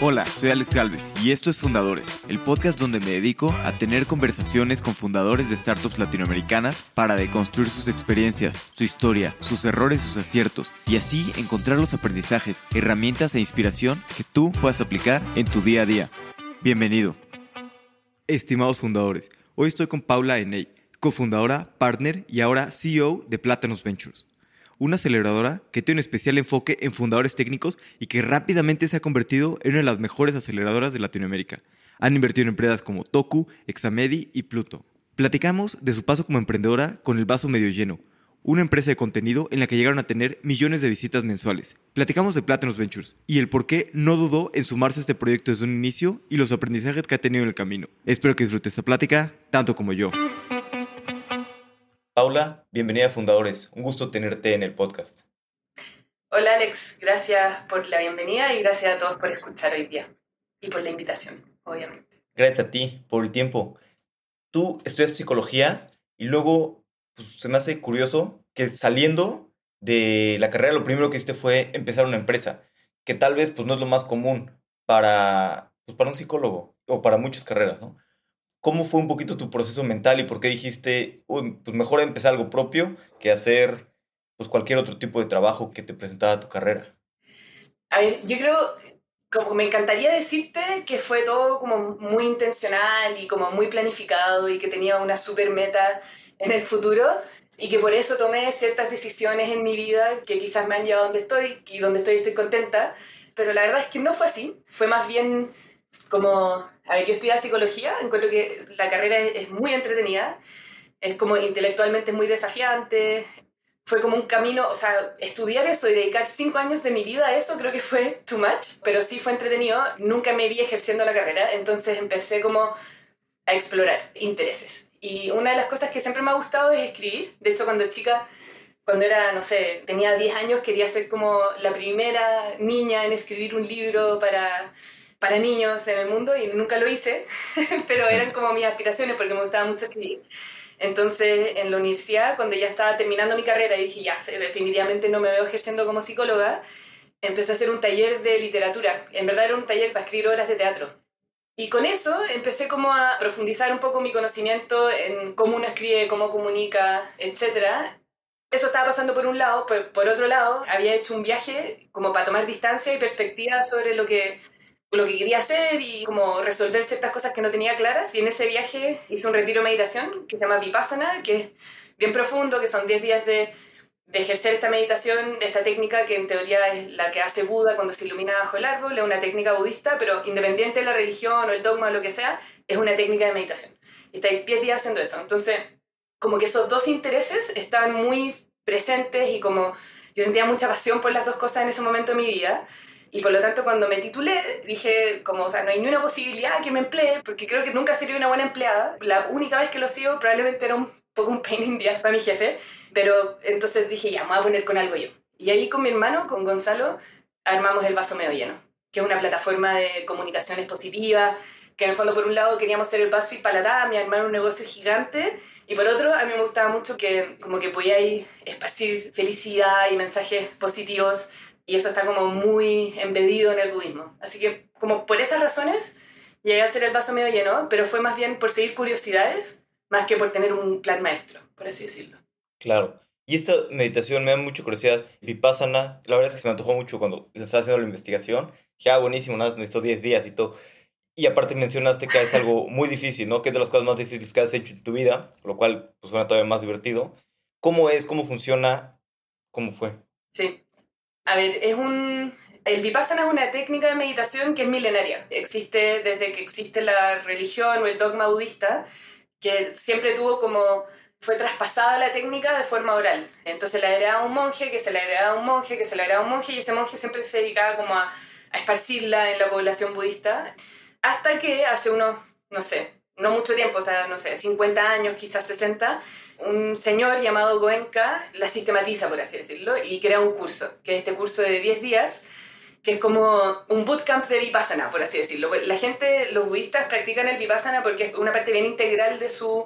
Hola, soy Alex Galvez y esto es Fundadores, el podcast donde me dedico a tener conversaciones con fundadores de startups latinoamericanas para deconstruir sus experiencias, su historia, sus errores, sus aciertos y así encontrar los aprendizajes, herramientas e inspiración que tú puedas aplicar en tu día a día. Bienvenido. Estimados fundadores, hoy estoy con Paula Eney, cofundadora, partner y ahora CEO de Platanus Ventures. Una aceleradora que tiene un especial enfoque en fundadores técnicos y que rápidamente se ha convertido en una de las mejores aceleradoras de Latinoamérica. Han invertido en empresas como Toku, Examedi y Pluto. Platicamos de su paso como emprendedora con El Vaso Medio Lleno, una empresa de contenido en la que llegaron a tener millones de visitas mensuales. Platicamos de Platanus Ventures y el por qué no dudó en sumarse a este proyecto desde un inicio y los aprendizajes que ha tenido en el camino. Espero que disfrutes esta plática tanto como yo. Paula, bienvenida a Fundadores. Un gusto tenerte en el podcast. Hola Alex, gracias por la bienvenida y gracias a todos por escuchar hoy día y por la invitación, obviamente. Gracias a ti por el tiempo. Tú estudias psicología y luego se me hace curioso que saliendo de la carrera lo primero que hiciste fue empezar una empresa, que tal vez no es lo más común para un psicólogo o para muchas carreras, ¿no? ¿Cómo fue un poquito tu proceso mental y por qué dijiste, pues mejor empezar algo propio que hacer cualquier otro tipo de trabajo que te presentaba tu carrera? A ver, yo creo, como me encantaría decirte que fue todo como muy intencional y como muy planificado y que tenía una super meta en el futuro y que por eso tomé ciertas decisiones en mi vida que quizás me han llevado a donde estoy y donde estoy contenta, pero la verdad es que no fue así, fue más bien como, a ver, yo estudié psicología, encuentro que la carrera es muy entretenida, es como intelectualmente muy desafiante, fue como un camino, o sea, estudiar eso y dedicar 5 años de mi vida a eso creo que fue too much, pero sí fue entretenido, nunca me vi ejerciendo la carrera, entonces empecé como a explorar intereses. Y una de las cosas que siempre me ha gustado es escribir, de hecho cuando chica, cuando era, no sé, tenía 10 años, quería ser como la primera niña en escribir un libro para niños en el mundo y nunca lo hice, pero eran como mis aspiraciones porque me gustaba mucho escribir. Entonces, en la universidad, cuando ya estaba terminando mi carrera y dije, ya, definitivamente no me veo ejerciendo como psicóloga, empecé a hacer un taller de literatura. En verdad era un taller para escribir obras de teatro. Y con eso empecé como a profundizar un poco mi conocimiento en cómo uno escribe, cómo comunica, etc. Eso estaba pasando por un lado. Por otro lado, había hecho un viaje como para tomar distancia y perspectiva sobre lo que quería hacer y como resolver ciertas cosas que no tenía claras. Y en ese viaje hice un retiro de meditación que se llama Vipassana, que es bien profundo, que son 10 días de ejercer esta meditación, esta técnica que en teoría es la que hace Buda cuando se ilumina bajo el árbol, es una técnica budista, pero independiente de la religión o el dogma o lo que sea, es una técnica de meditación. Y estáis 10 días haciendo eso. Entonces, como que esos dos intereses estaban muy presentes y como yo sentía mucha pasión por las dos cosas en ese momento de mi vida. Y por lo tanto, cuando me titulé, dije, como, o sea, no hay ni una posibilidad que me emplee, porque creo que nunca sería una buena empleada. La única vez que lo he sido probablemente era un poco un pain in the ass para mi jefe, pero entonces dije, ya, me voy a poner con algo yo. Y ahí con mi hermano, con Gonzalo, armamos El Vaso Medio Lleno, que es una plataforma de comunicaciones positivas, que en el fondo, por un lado, queríamos ser el BuzzFeed para la TAM y armar un negocio gigante, y por otro, a mí me gustaba mucho que como que podíais esparcir felicidad y mensajes positivos, y eso está como muy embedido en el budismo. Así que, como por esas razones, llegué a ser El Vaso Medio Lleno, pero fue más bien por seguir curiosidades, más que por tener un plan maestro, por así decirlo. Claro. Y esta meditación me da mucha curiosidad. Vipassana, la verdad es que se me antojó mucho cuando estaba haciendo la investigación. Dije, buenísimo, nada, necesito 10 días y todo. Y aparte mencionaste que es algo muy difícil, ¿no? Que es de las cosas más difíciles que has hecho en tu vida, lo cual suena todavía más divertido. ¿Cómo es? ¿Cómo funciona? ¿Cómo fue? Sí. A ver, el Vipassana es una técnica de meditación que es milenaria. Existe desde que existe la religión o el dogma budista, que siempre fue traspasada la técnica de forma oral. Entonces la heredaba un monje, que se la heredaba un monje, que se la heredaba un monje, y ese monje siempre se dedicaba como a esparcirla en la población budista, hasta que hace unos, no sé, no mucho tiempo, o sea, no sé, 50 años, quizás 60, un señor llamado Goenka la sistematiza, por así decirlo, y crea un curso, que es este curso de 10 días, que es como un bootcamp de Vipassana, por así decirlo. La gente, los budistas practican el Vipassana porque es una parte bien integral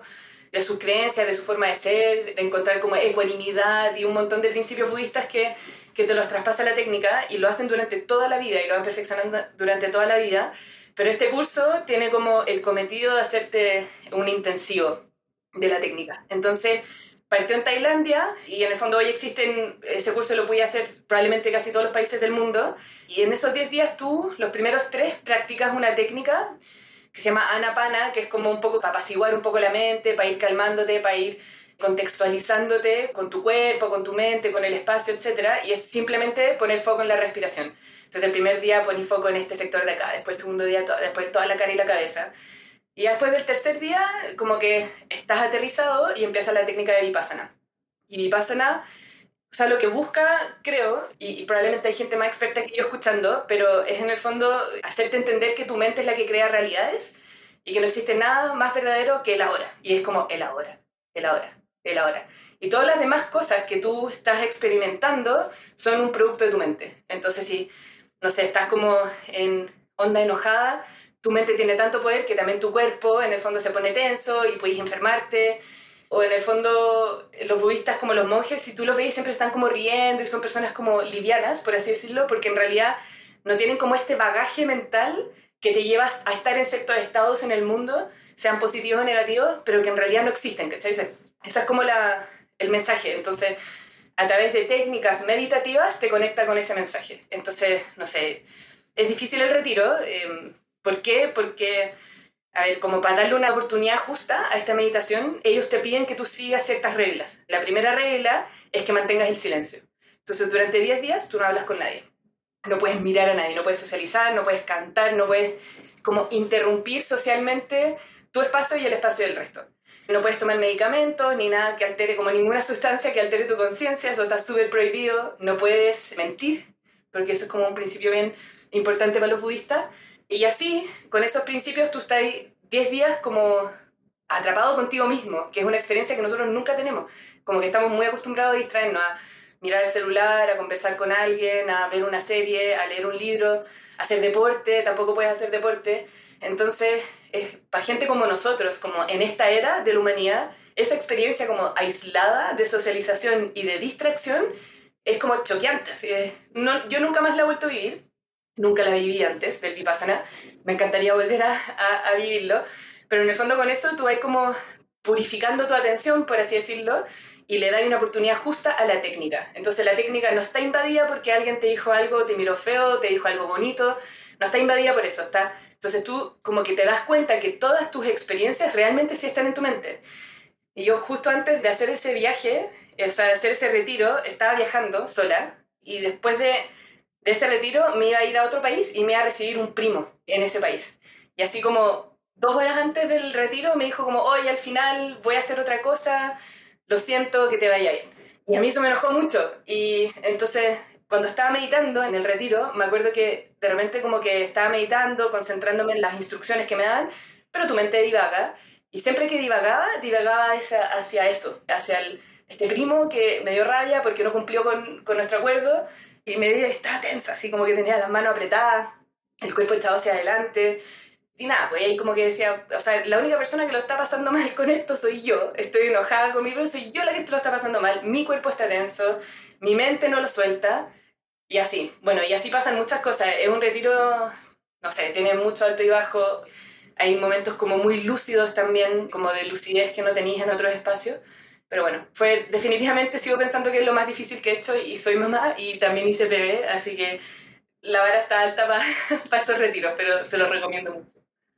de sus creencias, de su forma de ser, de encontrar como ecuanimidad y un montón de principios budistas que te los traspasa la técnica y lo hacen durante toda la vida y lo van perfeccionando durante toda la vida. Pero este curso tiene como el cometido de hacerte un intensivo de la técnica. Entonces, partió en Tailandia y en el fondo hoy existen, ese curso lo puede hacer probablemente casi todos los países del mundo. Y en esos 10 días tú, los primeros 3, practicas una técnica que se llama Anapana, que es como un poco para apaciguar un poco la mente, para ir calmándote, para ir contextualizándote con tu cuerpo, con tu mente, con el espacio, etc. Y es simplemente poner foco en la respiración. Entonces el primer día pones foco en este sector de acá, después el segundo día después toda la cara y la cabeza. Y después del tercer día como que estás aterrizado y empieza la técnica de Vipassana. Y Vipassana, o sea, lo que busca, creo, y probablemente hay gente más experta que yo escuchando, pero es en el fondo hacerte entender que tu mente es la que crea realidades y que no existe nada más verdadero que el ahora. Y es como el ahora, el ahora, el ahora. Y todas las demás cosas que tú estás experimentando son un producto de tu mente. Entonces, si, no sé, estás como en onda enojada, tu mente tiene tanto poder que también tu cuerpo en el fondo se pone tenso y puedes enfermarte. O en el fondo, los budistas como los monjes, si tú los ves, siempre están como riendo y son personas como livianas, por así decirlo, porque en realidad no tienen como este bagaje mental que te llevas a estar en ciertos estados en el mundo, sean positivos o negativos, pero que en realidad no existen, ¿cachai? Ese es como el mensaje. Entonces, a través de técnicas meditativas te conecta con ese mensaje. Entonces, no sé, es difícil el retiro. ¿Por qué? Porque, a ver, como para darle una oportunidad justa a esta meditación, ellos te piden que tú sigas ciertas reglas. La primera regla es que mantengas el silencio. Entonces, durante 10 días tú no hablas con nadie. No puedes mirar a nadie, no puedes socializar, no puedes cantar, no puedes como interrumpir socialmente tu espacio y el espacio del resto. No puedes tomar medicamentos ni nada que altere, como ninguna sustancia que altere tu conciencia, eso está súper prohibido. No puedes mentir, porque eso es como un principio bien importante para los budistas. Y así, con esos principios, tú estás 10 días como atrapado contigo mismo, que es una experiencia que nosotros nunca tenemos. Como que estamos muy acostumbrados a distraernos, a mirar el celular, a conversar con alguien, a ver una serie, a leer un libro, a hacer deporte, tampoco puedes hacer deporte. Entonces, para gente como nosotros, como en esta era de la humanidad, esa experiencia como aislada de socialización y de distracción es como choqueante. Así es, no, yo nunca más la he vuelto a vivir, nunca la viví antes del Vipassana, me encantaría volver a vivirlo, pero en el fondo con eso tú vas como purificando tu atención, por así decirlo, y le das una oportunidad justa a la técnica. Entonces la técnica no está invadida porque alguien te dijo algo, te miró feo, te dijo algo bonito, no está invadida por eso, está... Entonces tú como que te das cuenta que todas tus experiencias realmente sí están en tu mente. Y yo justo antes de hacer ese viaje, o sea, de hacer ese retiro, estaba viajando sola y después de ese retiro me iba a ir a otro país y me iba a recibir un primo en ese país. Y así como 2 horas antes del retiro me dijo como, oye, al final voy a hacer otra cosa, lo siento, que te vaya bien. Y a mí eso me enojó mucho. Y entonces, cuando estaba meditando en el retiro, me acuerdo que de repente como que estaba meditando, concentrándome en las instrucciones que me daban, pero tu mente divaga. Y siempre que divagaba hacia eso, hacia este primo que me dio rabia porque no cumplió con nuestro acuerdo y me estaba tensa, así como que tenía las manos apretadas, el cuerpo echado hacia adelante. Y nada, pues ahí como que decía, o sea, la única persona que lo está pasando mal con esto soy yo. Estoy enojada con mi primo, soy yo la que lo está pasando mal. Mi cuerpo está tenso, mi mente no lo suelta. Y así, bueno, y así pasan muchas cosas. Es un retiro, no sé, tiene mucho alto y bajo. Hay momentos como muy lúcidos también, como de lucidez que no tenéis en otros espacios. Pero bueno, definitivamente sigo pensando que es lo más difícil que he hecho y soy mamá y también hice bebé, así que la vara está alta para esos retiros, pero se los recomiendo mucho.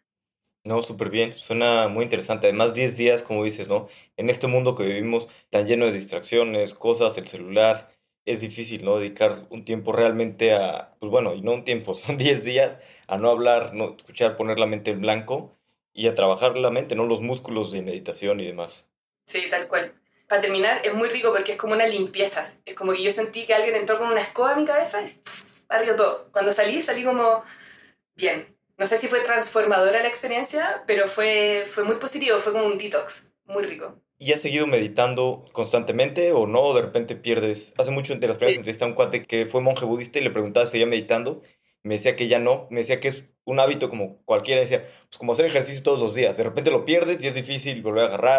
No, súper bien, suena muy interesante. Además, 10 días, como dices, ¿no? En este mundo que vivimos tan lleno de distracciones, cosas, el celular, es difícil, ¿no? Dedicar un tiempo realmente a, pues bueno, y no un tiempo, son 10 días a no hablar, no escuchar, poner la mente en blanco y a trabajar la mente, ¿no? Los músculos de meditación y demás. Sí, tal cual. Para terminar, es muy rico porque es como una limpieza. Es como que yo sentí que alguien entró con una escoba a mi cabeza y barrió todo. Cuando salí como bien. No sé si fue transformadora la experiencia, pero fue muy positivo, fue como un detox, muy rico. ¿Y has seguido meditando constantemente o no? ¿O de repente pierdes? Hace mucho entre las primeras entrevistas a un cuate que fue monje budista y le preguntaba si seguía meditando. Me decía que ya no, me decía que es un hábito como cualquiera. Decía, pues como hacer ejercicio todos los días. De repente lo pierdes y es difícil volver a agarrar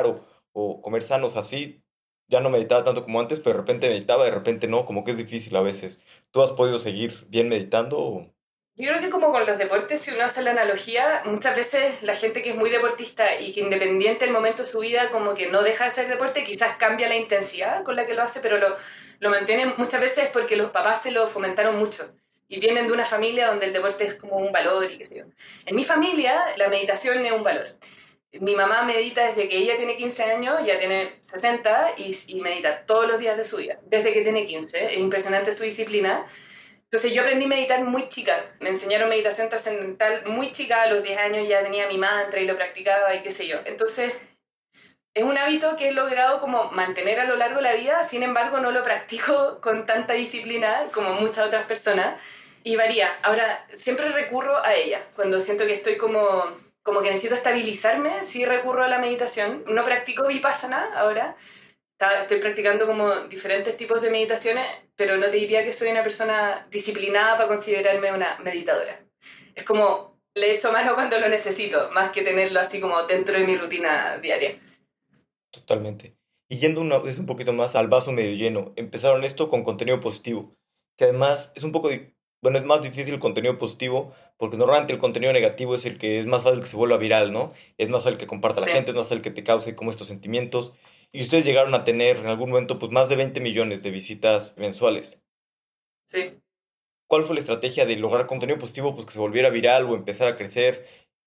o comer sanos así. Ya no meditaba tanto como antes, pero de repente meditaba, de repente no, como que es difícil a veces. ¿Tú has podido seguir bien meditando? Yo creo que como con los deportes, si uno hace la analogía, muchas veces la gente que es muy deportista y que independiente del momento de su vida como que no deja de hacer deporte, quizás cambia la intensidad con la que lo hace, pero lo mantiene muchas veces porque los papás se lo fomentaron mucho y vienen de una familia donde el deporte es como un valor y qué sé yo. En mi familia la meditación es un valor. Mi mamá medita desde que ella tiene 15 años, ya tiene 60 y medita todos los días de su vida, desde que tiene 15. Es impresionante su disciplina. Entonces yo aprendí a meditar muy chica, me enseñaron meditación trascendental muy chica, a los 10 años ya tenía mi mantra y lo practicaba y qué sé yo. Entonces es un hábito que he logrado como mantener a lo largo de la vida, sin embargo no lo practico con tanta disciplina como muchas otras personas y varía. Ahora, siempre recurro a ella, cuando siento que estoy como que necesito estabilizarme, sí recurro a la meditación. No practico vipassana ahora, estoy practicando como diferentes tipos de meditaciones, pero no te diría que soy una persona disciplinada para considerarme una meditadora. Es como le echo mano cuando lo necesito, más que tenerlo así como dentro de mi rutina diaria. Totalmente. Y yendo una vez un poquito más al vaso medio lleno, empezaron esto con contenido positivo, que además es un poco, bueno, es más difícil el contenido positivo, porque normalmente el contenido negativo es el que es más fácil que se vuelva viral, ¿no? Es más fácil que comparta la Sí, gente, es más fácil que te cause como estos sentimientos. Y ustedes llegaron a tener en algún momento pues más de 20 millones de visitas mensuales. sí, ¿Cuál fue la estrategia de lograr contenido positivo pues que se volviera viral o empezar a crecer?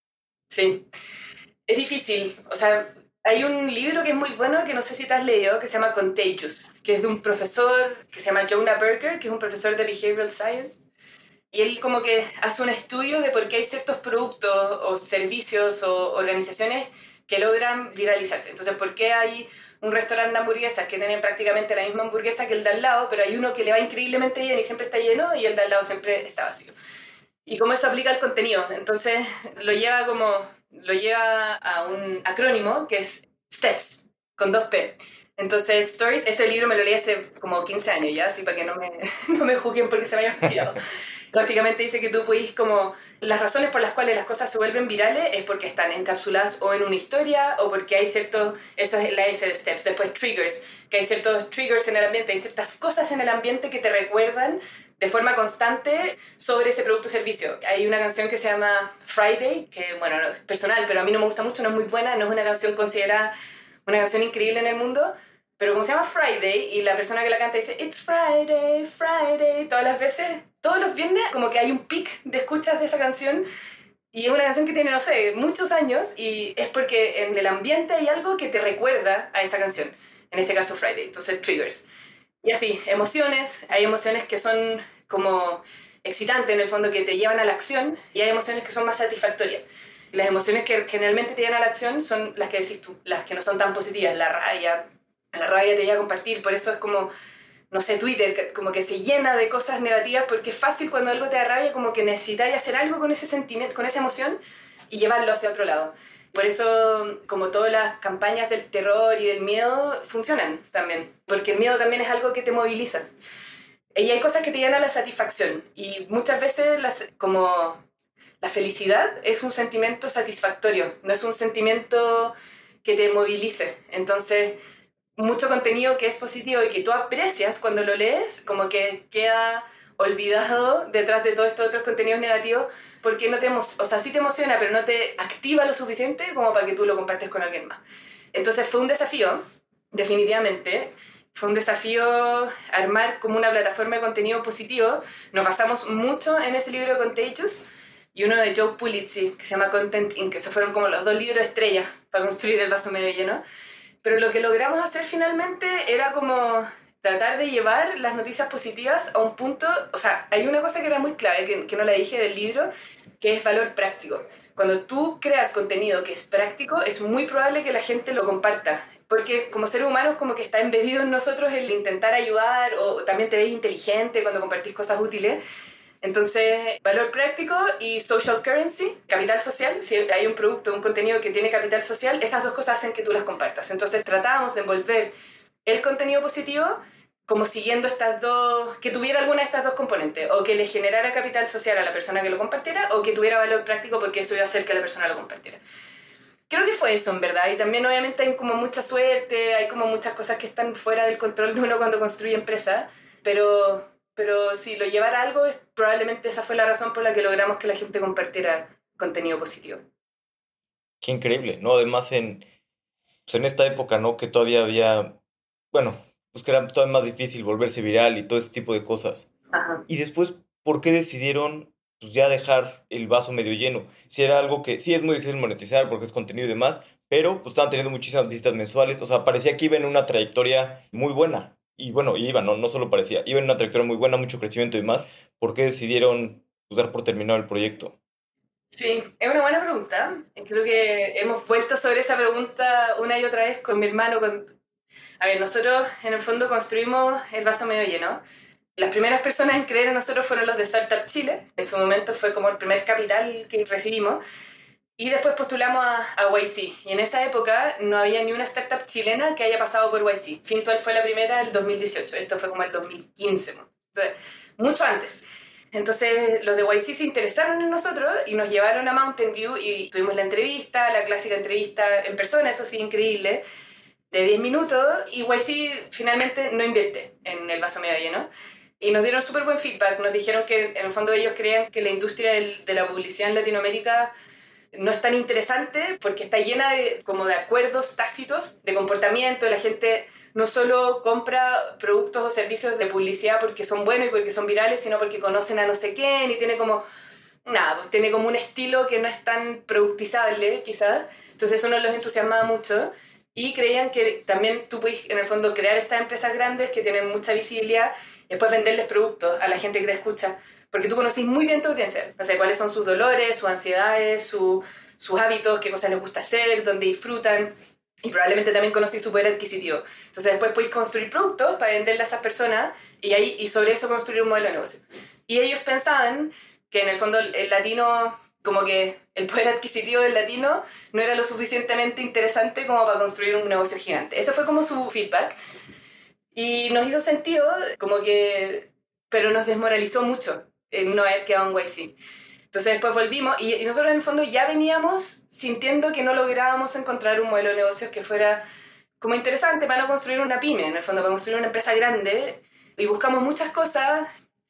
sí. Es difícil. O sea, hay un libro que es muy bueno que no sé si te has leído, que se llama Contagious, que es de un profesor que se llama Jonah Berger, que es un profesor de Behavioral Science. Y él como que hace un estudio de por qué hay ciertos productos o servicios o organizaciones que logran viralizarse. Entonces, ¿por qué hay un restaurante de hamburguesas que tiene prácticamente la misma hamburguesa que el de al lado, pero hay uno que le va increíblemente bien y siempre está lleno y el de al lado siempre está vacío? Y cómo eso aplica al contenido. Entonces, lo lleva a un acrónimo que es STEPS, con 2P. Entonces, Stories, este libro me lo leí hace como 15 años ya, así para que no me, no me juzguen porque se me haya olvidado. Básicamente dice que tú puedes como... Las razones por las cuales las cosas se vuelven virales es porque están encapsuladas o en una historia o porque hay ciertos... Eso es la S de Steps. Después triggers, que hay ciertos triggers en el ambiente, hay ciertas cosas en el ambiente que te recuerdan de forma constante sobre ese producto o servicio. Hay una canción que se llama Friday, que bueno, no es personal, pero a mí no me gusta mucho, no es muy buena, no es una canción considerada una canción increíble en el mundo, pero como se llama Friday y la persona que la canta dice It's Friday, Friday, todas las veces, todos los viernes como que hay un pic de escuchas de esa canción y es una canción que tiene, no sé, muchos años y es porque en el ambiente hay algo que te recuerda a esa canción, en este caso Friday, entonces triggers. Y así, emociones, hay emociones que son como excitantes en el fondo, que te llevan a la acción, y hay emociones que son más satisfactorias. Las emociones que generalmente te llevan a la acción son las que decís tú, las que no son tan positivas, la rabia te lleva a compartir, por eso es como, no sé, Twitter, como que se llena de cosas negativas, porque es fácil cuando algo te da rabia, como que necesitas hacer algo con ese sentimiento, con esa emoción, y llevarlo hacia otro lado. Por eso, como todas las campañas del terror y del miedo, funcionan también, porque el miedo también es algo que te moviliza. Y hay cosas que te llenan a la satisfacción, y muchas veces como la felicidad es un sentimiento satisfactorio, no es un sentimiento que te movilice. Entonces, mucho contenido que es positivo y que tú aprecias cuando lo lees, como que queda olvidado detrás de todos estos otros contenidos negativos, porque no te o sea, sí te emociona, pero no te activa lo suficiente como para que tú lo compartes con alguien más. Entonces fue un desafío, definitivamente. Fue un desafío armar como una plataforma de contenido positivo. Nos basamos mucho en ese libro de Contagious y uno de Joe Pulizzi, que se llama Content Inc., que esos fueron como los dos libros estrellas para construir el vaso medio lleno. Pero lo que logramos hacer finalmente era como tratar de llevar las noticias positivas a un punto, o sea, hay una cosa que era muy clave, que no la dije del libro, que es valor práctico. Cuando tú creas contenido que es práctico, es muy probable que la gente lo comparta, porque como seres humanos como que está embebido en nosotros el intentar ayudar, o también te ves inteligente cuando compartís cosas útiles. Entonces, valor práctico y social currency, capital social. Si hay un producto, un contenido que tiene capital social, esas dos cosas hacen que tú las compartas. Entonces, tratamos de envolver el contenido positivo como siguiendo estas dos, que tuviera alguna de estas dos componentes, o que le generara capital social a la persona que lo compartiera, o que tuviera valor práctico porque eso iba a hacer que la persona lo compartiera. Creo que fue eso, en verdad. Y también obviamente hay como mucha suerte, hay como muchas cosas que están fuera del control de uno cuando construye empresa, pero si lo llevara a algo, probablemente esa fue la razón por la que logramos que la gente compartiera contenido positivo. Qué increíble, ¿no? Además pues en esta época, ¿no? Que todavía había, bueno, pues que era todavía más difícil volverse viral y todo ese tipo de cosas. Ajá. Y después, ¿por qué decidieron pues, ya dejar el vaso medio lleno? Si era algo que sí es muy difícil monetizar porque es contenido y demás, pero pues estaban teniendo muchísimas visitas mensuales, o sea, parecía que iba en una trayectoria muy buena. Y bueno, y iba, no solo parecía, iba en una trayectoria muy buena, mucho crecimiento y demás. ¿Por qué decidieron pues, dar por terminado el proyecto? Sí, es una buena pregunta. Creo que hemos vuelto sobre esa pregunta una y otra vez con mi hermano. A ver, nosotros en el fondo construimos el vaso medio lleno. Las primeras personas en creer en nosotros fueron los de Startup Chile. En su momento fue como el primer capital que recibimos. Y después postulamos a YC. Y en esa época no había ni una startup chilena que haya pasado por YC. Fintual fue la primera el 2018. Esto fue como el 2015, ¿no? O sea, mucho antes. Entonces los de YC se interesaron en nosotros y nos llevaron a Mountain View y tuvimos la entrevista, la clásica entrevista en persona, eso sí, increíble, de 10 minutos, y YC finalmente no invierte en el vaso medio lleno. Y nos dieron súper buen feedback, nos dijeron que en el fondo ellos creían que la industria de la publicidad en Latinoamérica no es tan interesante porque está llena de, como de acuerdos tácitos de comportamiento. La gente no solo compra productos o servicios de publicidad porque son buenos y porque son virales, sino porque conocen a no sé quién y tiene como, nada, pues tiene como un estilo que no es tan productizable, quizás. Entonces eso no los entusiasmaba mucho. Y creían que también tú puedes, en el fondo, crear estas empresas grandes que tienen mucha visibilidad y después venderles productos a la gente que te escucha. Porque tú conoces muy bien tu audiencia. No sé cuáles son sus dolores, sus ansiedades, sus hábitos, qué cosas les gusta hacer, dónde disfrutan. Y probablemente también conocís su poder adquisitivo. Entonces después podéis construir productos para venderle a esas personas y sobre eso construir un modelo de negocio. Y ellos pensaban que en el fondo el latino, como que el poder adquisitivo del latino no era lo suficientemente interesante como para construir un negocio gigante. Ese fue como su feedback. Y nos hizo sentido, como que, pero nos desmoralizó mucho no haber quedado en YC. Entonces después volvimos y nosotros en el fondo ya veníamos sintiendo que no lográbamos encontrar un modelo de negocios que fuera como interesante para no construir una pyme, en el fondo, para construir una empresa grande. Y buscamos muchas cosas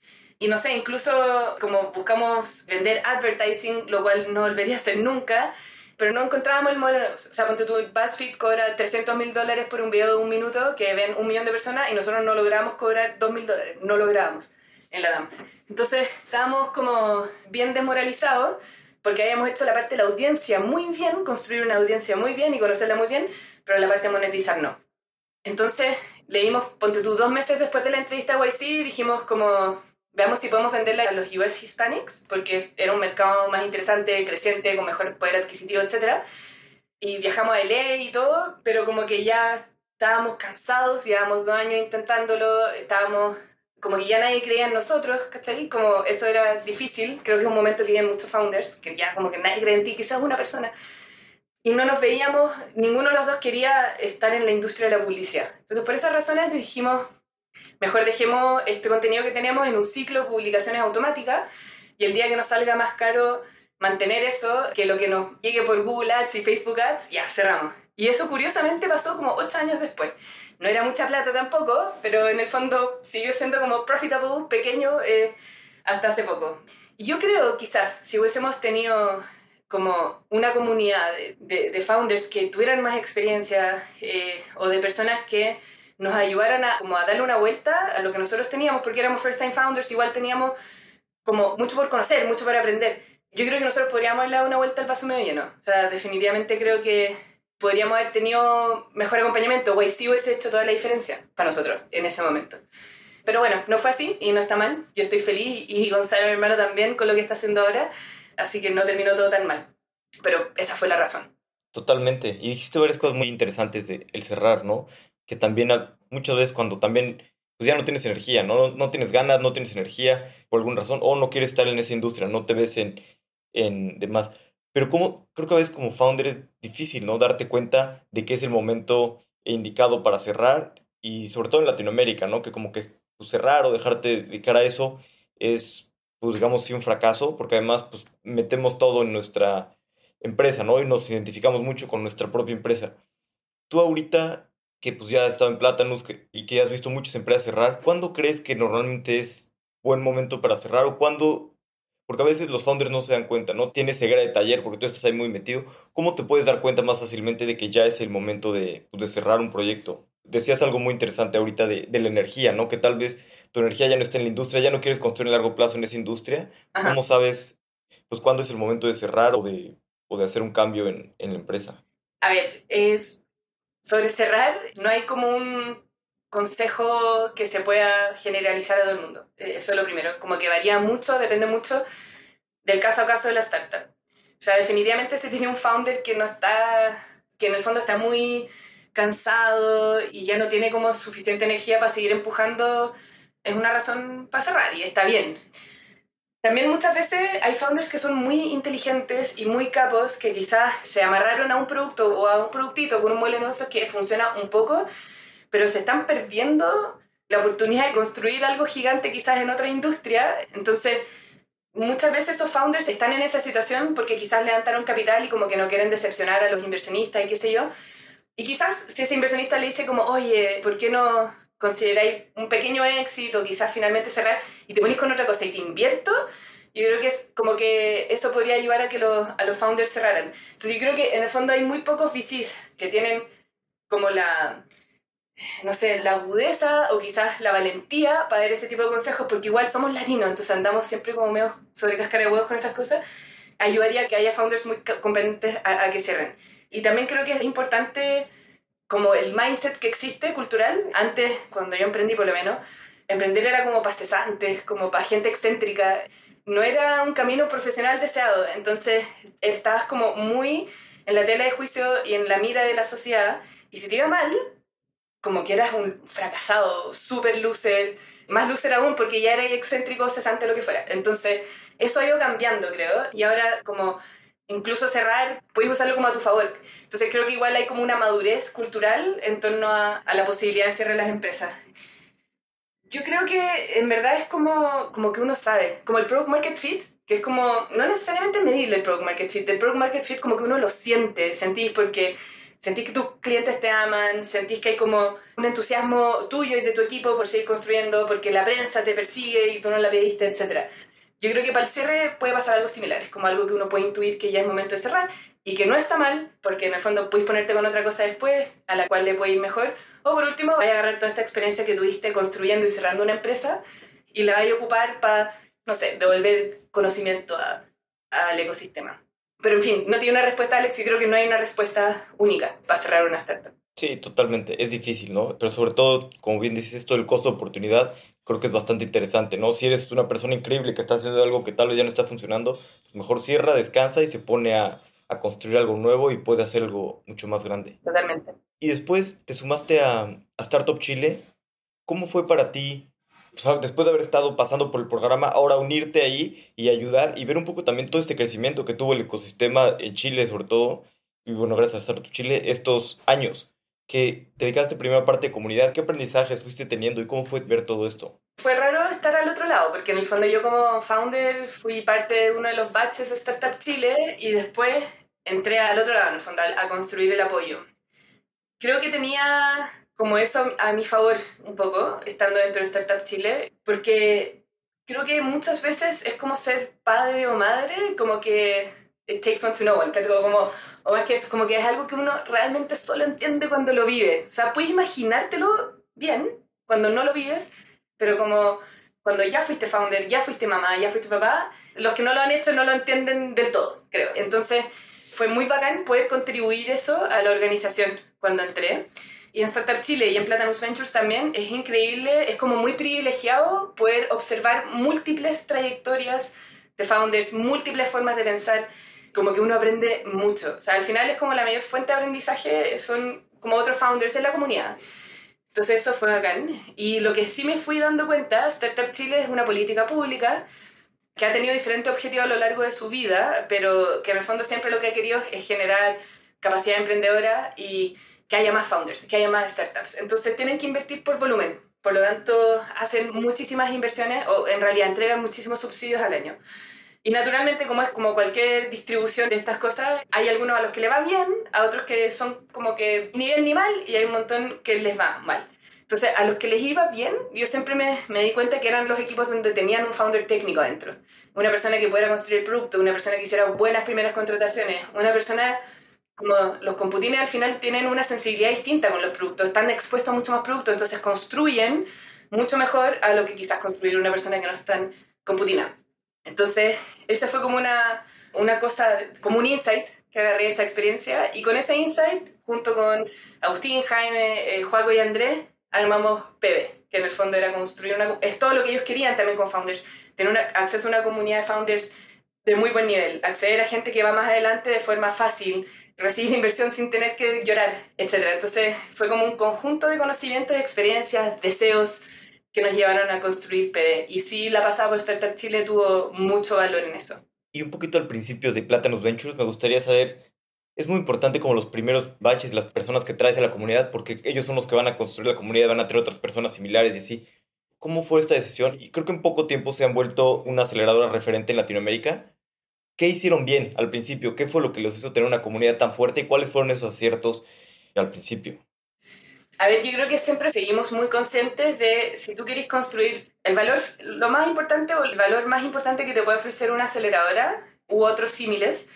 y no sé, incluso como buscamos vender advertising, lo cual no volvería a hacer nunca, pero no encontrábamos el modelo de negocio. O sea, ponte tú, BuzzFeed cobra $300,000 por un video de 1 minuto que ven 1 millón de personas y nosotros no logramos cobrar $2,000, no lográbamos en la DAM. Entonces estábamos como bien desmoralizados porque habíamos hecho la parte de la audiencia muy bien, construir una audiencia muy bien y conocerla muy bien, pero la parte de monetizar no. Entonces leímos, ponte tú, 2 meses después de la entrevista a YC, dijimos como, veamos si podemos venderla a los US Hispanics, porque era un mercado más interesante, creciente, con mejor poder adquisitivo, etc. Y viajamos a LA y todo, pero como que ya estábamos cansados, llevábamos 2 años intentándolo, estábamos como que ya nadie creía en nosotros, ¿cachai? Como eso era difícil, creo que es un momento que viven muchos founders, que ya como que nadie cree en ti, quizás una persona. Y no nos veíamos, ninguno de los dos quería estar en la industria de la publicidad. Entonces por esas razones dijimos, mejor dejemos este contenido que tenemos en un ciclo de publicaciones automáticas y el día que nos salga más caro mantener eso, que lo que nos llegue por Google Ads y Facebook Ads, ya cerramos. Y eso curiosamente pasó como 8 años después. No era mucha plata tampoco, pero en el fondo siguió siendo como profitable, pequeño, hasta hace poco. Y yo creo, quizás, si hubiésemos tenido como una comunidad de founders que tuvieran más experiencia o de personas que nos ayudaran como a darle una vuelta a lo que nosotros teníamos, porque éramos first time founders, igual teníamos como mucho por conocer, mucho por aprender. Yo creo que nosotros podríamos darle una vuelta al vaso medio lleno. O sea, definitivamente creo que podríamos haber tenido mejor acompañamiento. YC hubiese hecho toda la diferencia para nosotros en ese momento. Pero bueno, no fue así y no está mal. Yo estoy feliz y Gonzalo, mi hermano, también con lo que está haciendo ahora. Así que no terminó todo tan mal. Pero esa fue la razón. Totalmente. Y dijiste varias cosas muy interesantes de el cerrar, ¿no? Que también muchas veces cuando también pues ya no tienes energía, ¿no? No tienes ganas, no tienes energía por alguna razón, o no quieres estar en esa industria, no te ves en demás. Pero como, creo que a veces como founder es difícil, ¿no? Darte cuenta de que es el momento indicado para cerrar, y sobre todo en Latinoamérica, ¿no? Que como que pues, cerrar o dejarte dedicar a eso es, pues digamos, sí un fracaso, porque además pues metemos todo empresa, ¿no? Y nos identificamos mucho con nuestra propia empresa. Tú ahorita, que pues ya has estado en Plátanos y que has visto muchas empresas cerrar, ¿cuándo crees que normalmente es buen momento para cerrar o cuándo? Porque a veces los founders no se dan cuenta, ¿no? Tienes ceguera de taller porque tú estás ahí muy metido. ¿Cómo te puedes dar cuenta más fácilmente de que ya es el momento de, pues, de cerrar un proyecto? Decías algo muy interesante ahorita de la energía, ¿no? Que tal vez tu energía ya no está en la industria, ya no quieres construir a largo plazo en esa industria. Ajá. ¿Cómo sabes, pues, cuándo es el momento de cerrar o de hacer un cambio en la empresa? A ver, sobre cerrar, no hay como un consejo que se pueda generalizar a todo el mundo. Eso es lo primero. Como que varía mucho, depende mucho del caso a caso de la startup. O sea, definitivamente si tiene un founder que no está, que en el fondo está muy cansado y ya no tiene como suficiente energía para seguir empujando, es una razón para cerrar y está bien. También muchas veces hay founders que son muy inteligentes y muy capos que quizás se amarraron a un producto o a un productito con un modelo de negocios que funciona un poco, pero se están perdiendo la oportunidad de construir algo gigante quizás en otra industria. Entonces, muchas veces esos founders están en esa situación porque quizás levantaron capital y como que no quieren decepcionar a los inversionistas y qué sé yo. Y quizás si ese inversionista le dice como, oye, ¿por qué no consideráis un pequeño éxito, quizás finalmente cerrar y te ponís con otra cosa y te invierto? Yo creo que es como que eso podría ayudar a que a los founders cerraran. Entonces yo creo que en el fondo hay muy pocos VCs que tienen como la, no sé, la agudeza o quizás la valentía para dar ese tipo de consejos, porque igual somos latinos, entonces andamos siempre como medio sobre cáscara de huevos con esas cosas. Ayudaría a que haya founders muy competentes a que cierren. Y también creo que es importante como el mindset que existe cultural. Antes, cuando yo emprendí por lo menos, emprender era como para cesantes, como para gente excéntrica. No era un camino profesional deseado. Entonces, estabas como muy en la tela de juicio y en la mira de la sociedad. Y si te iba mal, como que eras un fracasado, súper loser, más loser aún porque ya eres excéntrico, cesante, lo que fuera. Entonces, eso ha ido cambiando, creo, y ahora como incluso cerrar, puedes usarlo como a tu favor. Entonces, creo que igual hay como una madurez cultural en torno a la posibilidad de cierre las empresas. Yo creo que en verdad es como que uno sabe, como el Product Market Fit, que es como, no necesariamente medible el Product Market Fit, el Product Market Fit como que uno lo siente, sentís porque sentís que tus clientes te aman, sentís que hay como un entusiasmo tuyo y de tu equipo por seguir construyendo, porque la prensa te persigue y tú no la pediste, etc. Yo creo que para el cierre puede pasar algo similar, es como algo que uno puede intuir que ya es momento de cerrar y que no está mal, porque en el fondo puedes ponerte con otra cosa después, a la cual le puede ir mejor, o por último, vaya a agarrar toda esta experiencia que tuviste construyendo y cerrando una empresa y la vaya a ocupar para, no sé, devolver conocimiento al ecosistema. Pero en fin, no tiene una respuesta, Alex, y creo que no hay una respuesta única para cerrar una startup. Sí, totalmente. Es difícil, ¿no? Pero sobre todo, como bien dices, esto del costo de oportunidad, creo que es bastante interesante, ¿no? Si eres una persona increíble que está haciendo algo que tal vez ya no está funcionando, pues mejor cierra, descansa y se pone a construir algo nuevo y puede hacer algo mucho más grande. Totalmente. Y después te sumaste a Startup Chile. ¿Cómo fue para ti, o sea, después de haber estado pasando por el programa, ahora unirte ahí y ayudar y ver un poco también todo este crecimiento que tuvo el ecosistema en Chile, sobre todo, y bueno, gracias a Startup Chile, estos años que te dedicaste primera parte de comunidad? ¿Qué aprendizajes fuiste teniendo y cómo fue ver todo esto? Fue raro estar al otro lado, porque en el fondo yo como founder fui parte de uno de los batches de Startup Chile y después entré al otro lado, en el fondo, a construir el apoyo. Creo que tenía como eso a mi favor un poco, estando dentro de Startup Chile, porque creo que muchas veces es como ser padre o madre, como que it takes one to know one, que como, o es que es como que es algo que uno realmente solo entiende cuando lo vive. O sea, puedes imaginártelo bien cuando no lo vives, pero como cuando ya fuiste founder, ya fuiste mamá, ya fuiste papá, los que no lo han hecho no lo entienden del todo, creo. Entonces fue muy bacán poder contribuir eso a la organización cuando entré. Y en Startup Chile y en Platanus Ventures también es increíble, es como muy privilegiado poder observar múltiples trayectorias de founders, múltiples formas de pensar, como que uno aprende mucho. O sea, al final es como la mayor fuente de aprendizaje, son como otros founders en la comunidad. Entonces eso fue bacán. Y lo que sí me fui dando cuenta, Startup Chile es una política pública que ha tenido diferentes objetivos a lo largo de su vida, pero que en el fondo siempre lo que ha querido es generar capacidad emprendedora y que haya más founders, que haya más startups. Entonces tienen que invertir por volumen. Por lo tanto, hacen muchísimas inversiones o en realidad entregan muchísimos subsidios al año. Y naturalmente, como es como cualquier distribución de estas cosas, hay algunos a los que le va bien, a otros que son como que ni bien ni mal, y hay un montón que les va mal. Entonces, a los que les iba bien, yo siempre me di cuenta que eran los equipos donde tenían un founder técnico adentro. Una persona que pudiera construir el producto, una persona que hiciera buenas primeras contrataciones, una persona... Como los computines al final tienen una sensibilidad distinta con los productos, están expuestos a mucho más productos, entonces construyen mucho mejor a lo que quizás construir una persona que no es tan computina. Entonces, esa fue como una cosa, como un insight que agarré de esa experiencia, y con ese insight, junto con Agustín, Jaime, Joaco y Andrés, armamos PB, que en el fondo era construir es todo lo que ellos querían también con Founders, tener acceso a una comunidad de founders de muy buen nivel, acceder a gente que va más adelante de forma fácil, recibir inversión sin tener que llorar, etc. Entonces fue como un conjunto de conocimientos, experiencias, deseos que nos llevaron a construir PD. Y sí, la pasada por Startup Chile tuvo mucho valor en eso. Y un poquito al principio de Plátanos Ventures, me gustaría saber, es muy importante como los primeros batches, las personas que traes a la comunidad, porque ellos son los que van a construir la comunidad, van a traer otras personas similares y así. ¿Cómo fue esta decisión? Y creo que en poco tiempo se han vuelto una aceleradora referente en Latinoamérica. ¿Qué hicieron bien al principio? ¿Qué fue lo que los hizo tener una comunidad tan fuerte? ¿Y cuáles fueron esos aciertos al principio? A ver, yo creo que siempre seguimos muy conscientes de si tú quieres construir el valor, lo más importante o el valor más importante que te puede ofrecer una aceleradora u otros símiles,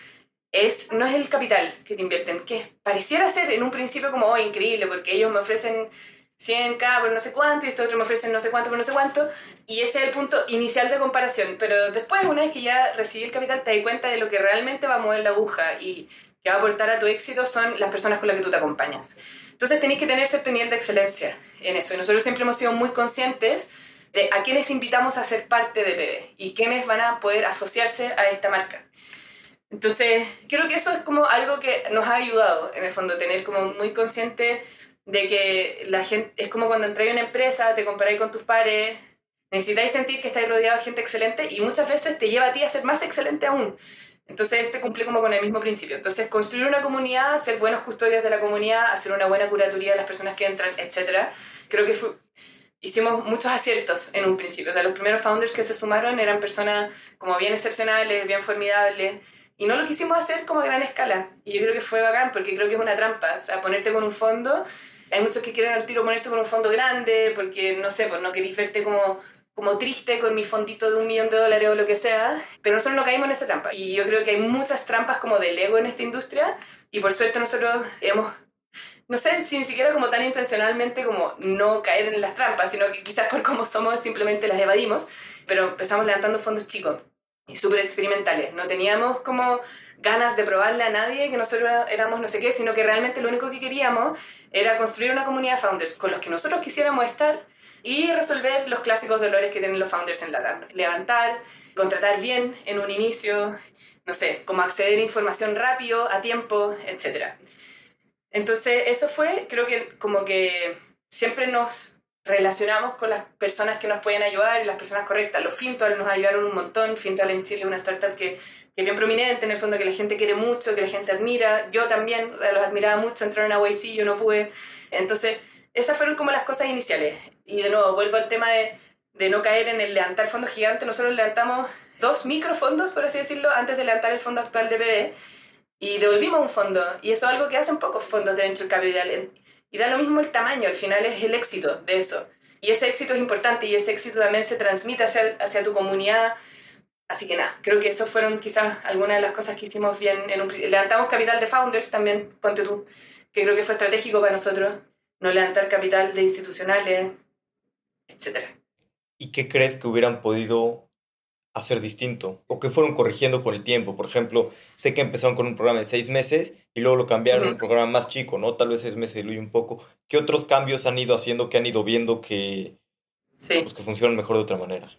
no es el capital que te invierten, que pareciera ser en un principio como increíble, porque ellos me ofrecen 100K por no sé cuánto y estos otros me ofrecen no sé cuánto por no sé cuánto, y ese es el punto inicial de comparación. Pero después, una vez que ya recibí el capital, te das cuenta de lo que realmente va a mover la aguja y que va a aportar a tu éxito son las personas con las que tú te acompañas. Entonces tenéis que tener cierto nivel de excelencia en eso, y nosotros siempre hemos sido muy conscientes de a quiénes invitamos a ser parte de PB y quiénes van a poder asociarse a esta marca. Entonces, creo que eso es como algo que nos ha ayudado, en el fondo, tener como muy consciente de que la gente, es como cuando entráis a una empresa, te comparáis con tus pares, necesitáis sentir que estáis rodeados de gente excelente y muchas veces te lleva a ti a ser más excelente aún. Entonces, este cumple como con el mismo principio. Entonces, construir una comunidad, ser buenos custodios de la comunidad, hacer una buena curatoría de las personas que entran, etc. Creo que hicimos muchos aciertos en un principio. O sea, los primeros founders que se sumaron eran personas como bien excepcionales, bien formidables, y no lo quisimos hacer como a gran escala. Y yo creo que fue bacán, porque creo que es una trampa. O sea, ponerte con un fondo, hay muchos que quieren al tiro ponerse con un fondo grande, porque, no sé, pues no queréis verte como triste con mi fondito de $1 millón o lo que sea, pero nosotros no caímos en esa trampa. Y yo creo que hay muchas trampas como del ego en esta industria, y por suerte nosotros hemos, no sé si ni siquiera como tan intencionalmente como no caer en las trampas, sino que quizás por cómo somos simplemente las evadimos, pero empezamos levantando fondos chicos y súper experimentales. No teníamos como ganas de probarle a nadie que nosotros éramos no sé qué, sino que realmente lo único que queríamos era construir una comunidad de founders con los que nosotros quisiéramos estar y resolver los clásicos dolores que tienen los founders en la LATAM. Levantar, contratar bien en un inicio, no sé, como acceder a información rápido, a tiempo, etc. Entonces, eso fue, creo que como que siempre nos relacionamos con las personas que nos pueden ayudar y las personas correctas. Los Fintual nos ayudaron un montón. Fintual en Chile es una startup que es bien prominente, en el fondo, que la gente quiere mucho, que la gente admira. Yo también los admiraba mucho, entraron a YC, yo no pude. Entonces, esas fueron como las cosas iniciales. Y de nuevo, vuelvo al tema de no caer en el levantar fondos gigantes. Nosotros levantamos 2 microfondos, por así decirlo, antes de levantar el fondo actual de PB, y devolvimos un fondo. Y eso es algo que hacen pocos fondos de Venture Capital. Y da lo mismo el tamaño, al final es el éxito de eso. Y ese éxito es importante y ese éxito también se transmite hacia tu comunidad. Así que nada, creo que eso fueron quizás algunas de las cosas que hicimos bien. Levantamos capital de founders también, ponte tú, que creo que fue estratégico para nosotros, no levantar capital de institucionales, etc. ¿Y qué crees que hubieran podido hacer distinto? ¿O que fueron corrigiendo con el tiempo? Por ejemplo, sé que empezaron con un programa de 6 meses y luego lo cambiaron a un programa más chico, ¿no? Tal vez 6 meses diluye un poco. ¿Qué otros cambios han ido haciendo, que han ido viendo que, pues, que funcionan mejor de otra manera?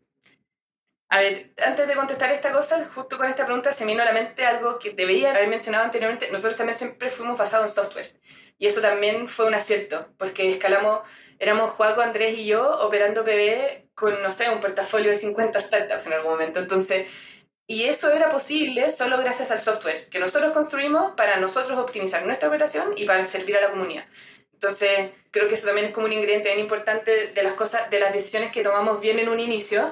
A ver, antes de contestar esta cosa, justo con esta pregunta se me vino a la mente algo que debería haber mencionado anteriormente. Nosotros también siempre fuimos basados en software. Y eso también fue un acierto, porque escalamos, éramos Joaco, Andrés y yo operando PB con, no sé, un portafolio de 50 startups en algún momento. Entonces, y eso era posible solo gracias al software que nosotros construimos para nosotros optimizar nuestra operación y para servir a la comunidad. Entonces, creo que eso también es como un ingrediente bien importante de las cosas, de las decisiones que tomamos bien en un inicio.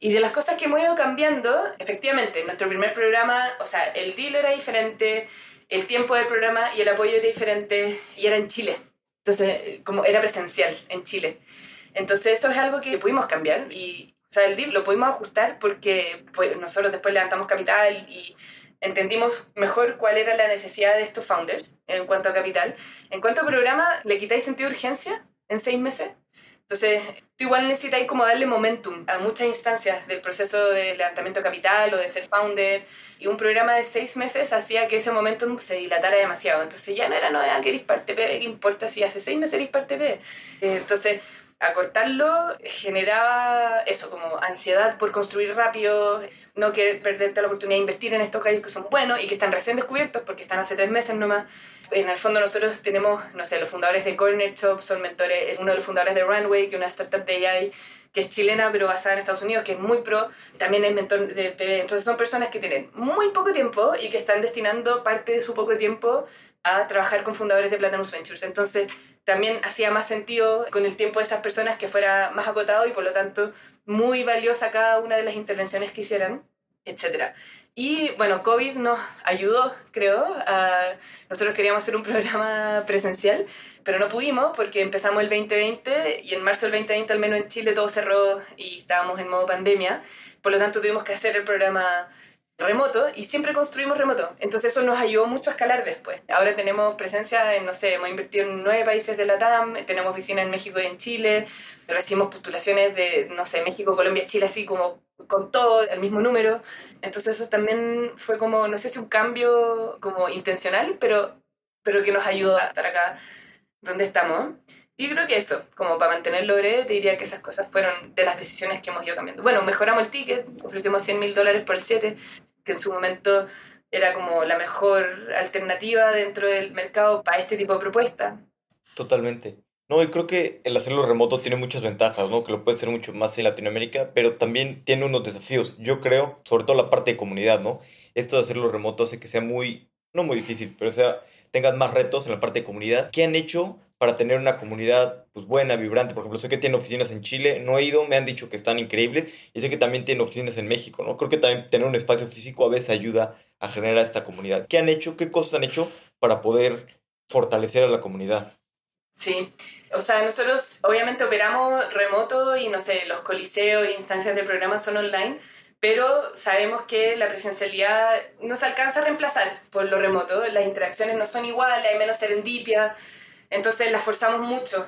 Y de las cosas que hemos ido cambiando, efectivamente, nuestro primer programa, o sea, el deal era diferente, el tiempo del programa y el apoyo era diferente, y era en Chile. Entonces, como era presencial en Chile. Entonces, eso es algo que pudimos cambiar. Y, o sea, el deal lo pudimos ajustar porque pues, nosotros después levantamos capital y entendimos mejor cuál era la necesidad de estos founders en cuanto a capital. En cuanto a programa, ¿le quitáis sentido de urgencia en 6 meses? Entonces, tú igual necesitáis como darle momentum a muchas instancias del proceso de levantamiento de capital o de ser founder, y un programa de 6 meses hacía que ese momentum se dilatara demasiado. Entonces ya no era, no, que eres parte P, ¿qué importa si hace 6 meses eres parte P? Entonces, acortarlo generaba eso, como ansiedad por construir rápido, no querer perderte la oportunidad de invertir en estos gallos que son buenos y que están recién descubiertos porque están hace 3 meses nomás. En el fondo nosotros tenemos, no sé, los fundadores de Corner Shop son mentores, uno de los fundadores de Runway, que es una startup de AI que es chilena pero basada en Estados Unidos, que es muy pro, también es mentor de PB. Entonces son personas que tienen muy poco tiempo y que están destinando parte de su poco tiempo a trabajar con fundadores de Platinum Ventures. Entonces también hacía más sentido con el tiempo de esas personas que fuera más acotado y por lo tanto muy valiosa cada una de las intervenciones que hicieran, etcétera. Y bueno, COVID nos ayudó, creo. Nosotros queríamos hacer un programa presencial, pero no pudimos porque empezamos el 2020 y en marzo del 2020, al menos en Chile, todo cerró y estábamos en modo pandemia. Por lo tanto, tuvimos que hacer el programa remoto y siempre construimos remoto. Entonces eso nos ayudó mucho a escalar después. Ahora tenemos presencia en, no sé, hemos invertido en 9 países de la TAM, tenemos oficina en México y en Chile, recibimos postulaciones de, no sé, México, Colombia, Chile, así como con todo el mismo número. Entonces eso también fue como, no sé si un cambio como intencional, pero que nos ayudó a estar acá donde estamos. Y creo que eso, como para mantenerlo breve, te diría que esas cosas fueron de las decisiones que hemos ido cambiando. Bueno, mejoramos el ticket, ofrecimos $100,000 por el 7, que en su momento era como la mejor alternativa dentro del mercado para este tipo de propuesta. Totalmente. No, y creo que el hacerlo remoto tiene muchas ventajas, ¿no? Que lo puede hacer mucho más en Latinoamérica, pero también tiene unos desafíos. Yo creo, sobre todo la parte de comunidad, ¿no? Esto de hacerlo remoto hace que sea muy, no muy difícil, pero sea, tengas más retos en la parte de comunidad. ¿Qué han hecho para tener una comunidad, pues, buena, vibrante? Por ejemplo, sé que tienen oficinas en Chile, no he ido, me han dicho que están increíbles, y sé que también tienen oficinas en México, ¿no? Creo que también tener un espacio físico a veces ayuda a generar esta comunidad. ¿Qué han hecho? ¿Qué cosas han hecho para poder fortalecer a la comunidad? Sí, o sea, nosotros obviamente operamos remoto y no sé, los coliseos e instancias de programas son online, pero sabemos que la presencialidad no se alcanza a reemplazar por lo remoto, las interacciones no son iguales, hay menos serendipia, entonces las forzamos mucho.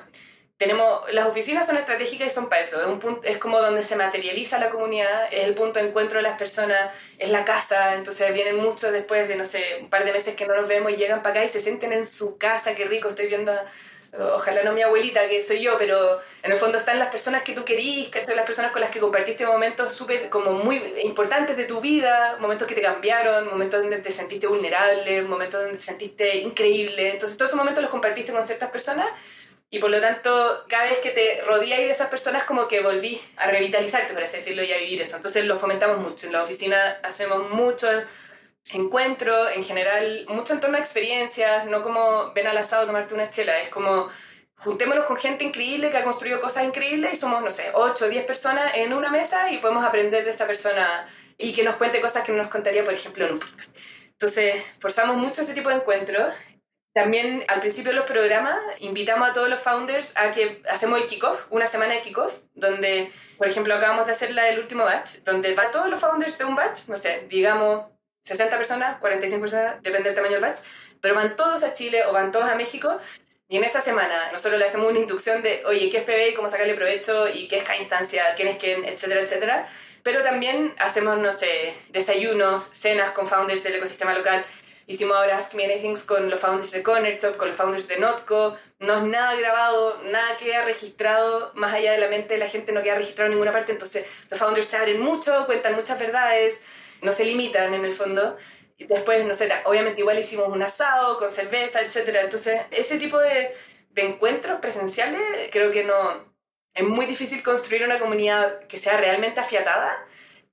Las oficinas son estratégicas y son para eso, es como donde se materializa la comunidad, es el punto de encuentro de las personas, es la casa, entonces vienen muchos después de, no sé, un par de meses que no nos vemos y llegan para acá y se sienten en su casa, qué rico, estoy viendo ojalá no mi abuelita, que soy yo, pero en el fondo están las personas que tú querís, que están las personas con las que compartiste momentos súper, como muy importantes de tu vida, momentos que te cambiaron, momentos donde te sentiste vulnerable, momentos donde te sentiste increíble. Entonces todos esos momentos los compartiste con ciertas personas y por lo tanto cada vez que te rodeáis de esas personas como que volví a revitalizarte, por así decirlo, y a vivir eso. Entonces lo fomentamos mucho. En la oficina hacemos mucho encuentro, en general, mucho en torno a experiencias, no como ven al asado a tomarte una chela, es como juntémonos con gente increíble que ha construido cosas increíbles y somos, no sé, 8 o 10 personas en una mesa y podemos aprender de esta persona y que nos cuente cosas que no nos contaría, por ejemplo, en un podcast. Entonces, forzamos mucho ese tipo de encuentros. También al principio de los programas invitamos a todos los founders a que hacemos el kickoff, una semana de kickoff, donde, por ejemplo, acabamos de hacer la del último batch, donde va todos los founders de un batch, no sé, digamos 60 personas, 45 personas, depende del tamaño del batch, pero van todos a Chile o van todos a México y en esa semana nosotros le hacemos una inducción de, oye, ¿qué es PB y cómo sacarle provecho y qué es cada instancia, quién es quién, etcétera, etcétera? Pero también hacemos, no sé, desayunos, cenas con founders del ecosistema local. Hicimos ahora Ask Me Anything con los founders de Corner Shop, con los founders de Notco. No es nada grabado, nada queda registrado, más allá de la mente de la gente no queda registrado en ninguna parte, entonces los founders se abren mucho, cuentan muchas verdades, no se limitan en el fondo. Y después, no sé, obviamente igual hicimos un asado con cerveza, etcétera. Entonces, ese tipo de encuentros presenciales, creo que no... Es muy difícil construir una comunidad que sea realmente afiatada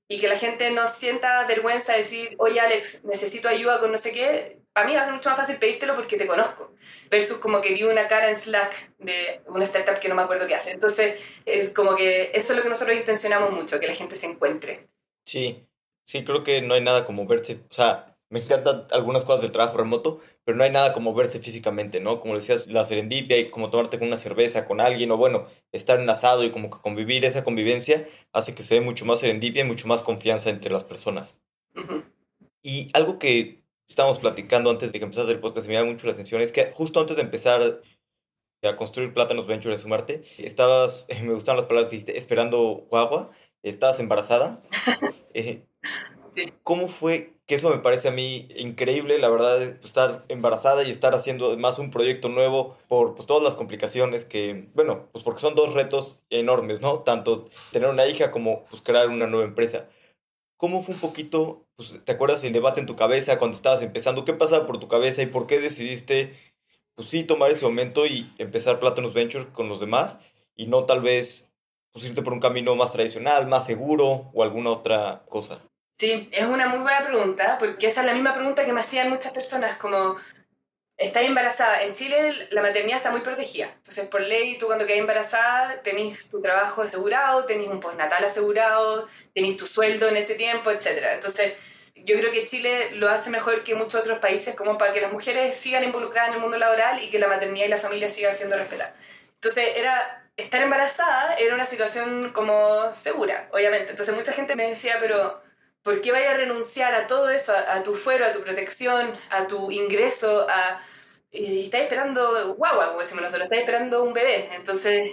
y que la gente no sienta vergüenza de decir, oye Alex, necesito ayuda con no sé qué, para mí va a ser mucho más fácil pedírtelo porque te conozco, versus como que di una cara en Slack de una startup que no me acuerdo qué hace. Entonces, es como que eso es lo que nosotros intencionamos mucho, que la gente se encuentre. Sí, sí, creo que no hay nada como verse, o sea, me encantan algunas cosas del trabajo remoto, pero no hay nada como verse físicamente, ¿no? Como decías, la serendipia y como tomarte con una cerveza con alguien, o bueno, estar en un asado y como que convivir, esa convivencia hace que se dé mucho más serendipia y mucho más confianza entre las personas. Ujú. Y algo que estábamos platicando antes de que empezaras el podcast y me llama mucho la atención es que justo antes de empezar a construir Plátanos Venture de Sumarte, estabas, me gustaron las palabras que dijiste, esperando guagua, estabas embarazada. Eh, Sí. ¿Cómo fue? Que eso me parece a mí increíble, la verdad, estar embarazada y estar haciendo además un proyecto nuevo por pues, todas las complicaciones que, bueno, pues porque son dos retos enormes, ¿no? Tanto tener una hija como pues crear una nueva empresa. ¿Cómo fue un poquito, pues, te acuerdas el debate en tu cabeza cuando estabas empezando? ¿Qué pasaba por tu cabeza y por qué decidiste, pues sí, tomar ese momento y empezar Plátanos Venture con los demás y no tal vez, pues irte por un camino más tradicional, más seguro o alguna otra cosa? Sí, es una muy buena pregunta, porque esa es la misma pregunta que me hacían muchas personas, como, ¿estás embarazada? En Chile la maternidad está muy protegida, entonces por ley tú cuando quedas embarazada tenés tu trabajo asegurado, tenés un postnatal asegurado, tenés tu sueldo en ese tiempo, etcétera. Entonces yo creo que Chile lo hace mejor que muchos otros países como para que las mujeres sigan involucradas en el mundo laboral y que la maternidad y la familia siga siendo respetada. Entonces estar embarazada era una situación como segura, obviamente. Entonces mucha gente me decía, pero ¿por qué vaya a renunciar a todo eso, a tu fuero, a tu protección, a tu ingreso, y estás esperando guagua, como decimos nosotros, estás esperando un bebé? Entonces,